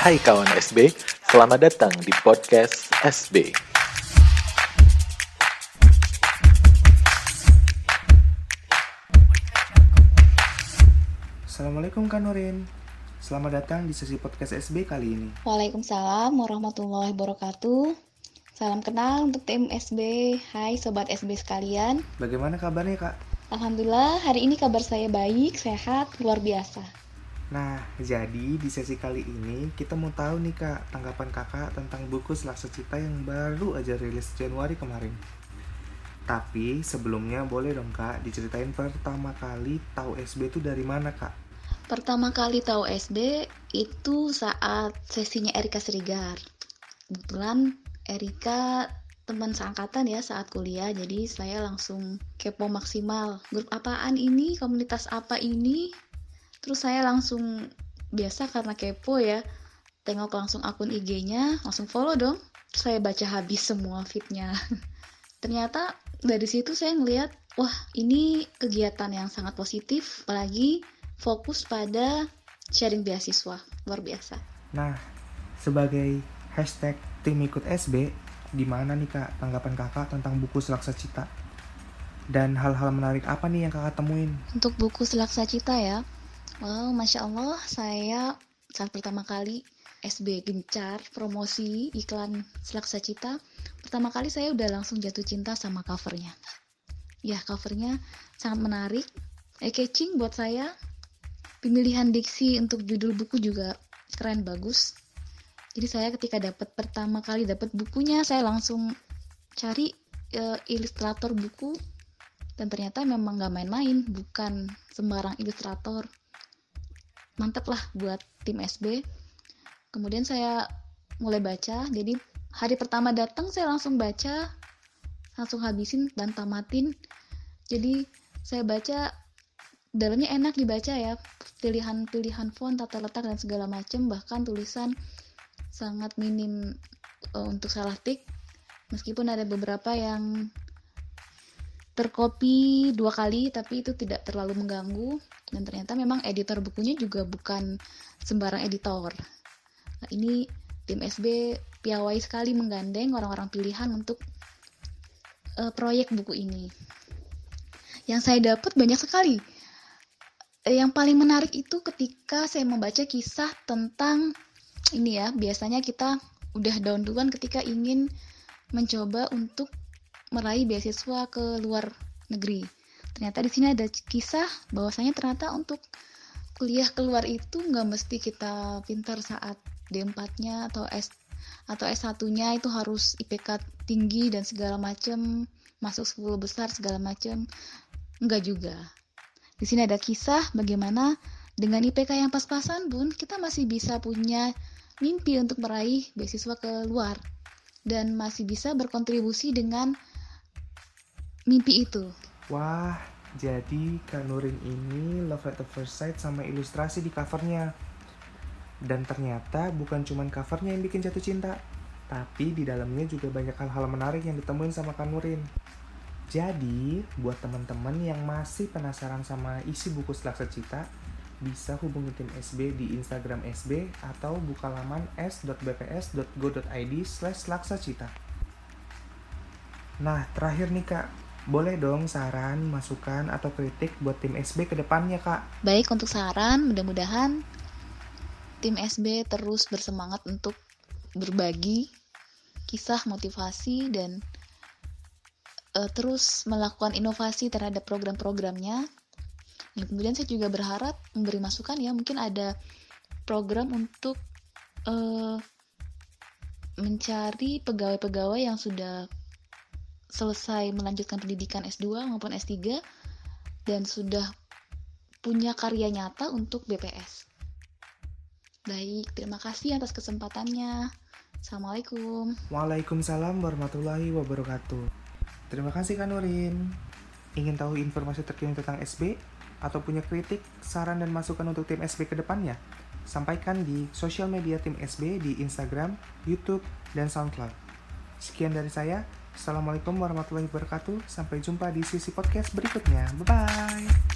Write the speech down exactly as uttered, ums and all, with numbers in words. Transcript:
Hai kawan S B, selamat datang di podcast S B. Assalamualaikum Kak Nurin. Selamat datang di sesi podcast S B kali ini. Waalaikumsalam warahmatullahi wabarakatuh. Salam kenal untuk tim S B. Hai Sobat S B sekalian. Bagaimana kabarnya Kak? Alhamdulillah hari ini kabar saya baik, sehat, luar biasa. Nah, jadi di sesi kali ini kita mau tahu nih Kak, tanggapan Kakak tentang buku Selaksa Cita yang baru aja rilis Januari kemarin. Tapi sebelumnya boleh dong Kak diceritain pertama kali tahu S B itu dari mana Kak? Pertama kali tahu S B itu saat sesinya Erika Serigar. Kebetulan Erika teman seangkatan ya saat kuliah, jadi saya langsung kepo maksimal. Grup apaan ini? Komunitas apa ini? Terus saya langsung, biasa karena kepo ya, tengok langsung akun I G-nya, langsung follow dong. Terus saya baca habis semua feed-nya. Ternyata dari situ saya ngeliat, wah ini kegiatan yang sangat positif, apalagi fokus pada sharing beasiswa, luar biasa. Nah, sebagai hashtag tim ikut S B, gimana nih Kak tanggapan Kakak tentang buku Selaksa Cita? Dan hal-hal menarik apa nih yang Kakak temuin? Untuk buku Selaksa Cita ya, wow, Masya Allah, saya saat pertama kali S B gencar promosi iklan Selaksa Cita, pertama kali saya udah langsung jatuh cinta sama covernya. Ya, covernya sangat menarik, eye-catching buat saya. Pemilihan diksi untuk judul buku juga keren, bagus. Jadi saya ketika dapat pertama kali dapat bukunya, saya langsung cari e, ilustrator buku, dan ternyata memang gak main-main, bukan sembarang ilustrator. Mantep lah buat tim S B. Kemudian saya mulai baca, jadi hari pertama datang saya langsung baca, langsung habisin dan tamatin. Jadi saya baca, dalamnya enak dibaca ya, pilihan-pilihan font, tata letak dan segala macam, bahkan tulisan sangat minim uh, untuk salah tik, meskipun ada beberapa yang tercopy dua kali, tapi itu tidak terlalu mengganggu. Dan ternyata memang editor bukunya juga bukan sembarang editor. Nah, ini tim S B piawai sekali menggandeng orang-orang pilihan untuk uh, proyek buku ini. Yang saya dapat banyak sekali. Yang paling menarik itu ketika saya membaca kisah tentang ini ya, biasanya kita udah down duluan ketika ingin mencoba untuk meraih beasiswa ke luar negeri. Ternyata di sini ada kisah bahwasanya ternyata untuk kuliah keluar itu nggak mesti kita pintar saat D empat-nya atau S atau S satu-nya itu harus I P K tinggi dan segala macam, masuk sepuluh besar segala macam. Enggak juga. Di sini ada kisah bagaimana dengan I P K yang pas-pasan pun kita masih bisa punya mimpi untuk meraih beasiswa ke luar dan masih bisa berkontribusi dengan mimpi itu. Wah, jadi Kak Nurin ini love at the first sight sama ilustrasi di covernya. Dan ternyata bukan cuma covernya yang bikin jatuh cinta, tapi di dalamnya juga banyak hal-hal menarik yang ditemuin sama Kak Nurin. Jadi, buat teman-teman yang masih penasaran sama isi buku Selaksa Cita, bisa hubungi tim S B di Instagram S B atau buka laman s dot b p s dot go dot i d slash selaksa cita. Nah, terakhir nih Kak, boleh dong saran, masukan, atau kritik buat tim S B ke depannya Kak? Baik, untuk saran, mudah-mudahan tim S B terus bersemangat untuk berbagi kisah motivasi dan uh, terus melakukan inovasi terhadap program-programnya. Dan kemudian saya juga berharap memberi masukan ya, mungkin ada program untuk uh, mencari pegawai-pegawai yang sudah selesai melanjutkan pendidikan S dua maupun S tiga dan sudah punya karya nyata untuk B P S. Baik, terima kasih atas kesempatannya. Assalamualaikum. Waalaikumsalam warahmatullahi wabarakatuh. Terima kasih Kak Nurin. Ingin tahu informasi terkini tentang S B? Atau punya kritik, saran, dan masukan untuk tim S B ke depannya? Sampaikan di sosial media tim S B di Instagram, YouTube, dan SoundCloud. Sekian dari saya. Assalamualaikum warahmatullahi wabarakatuh. Sampai jumpa di sesi podcast berikutnya. Bye-bye.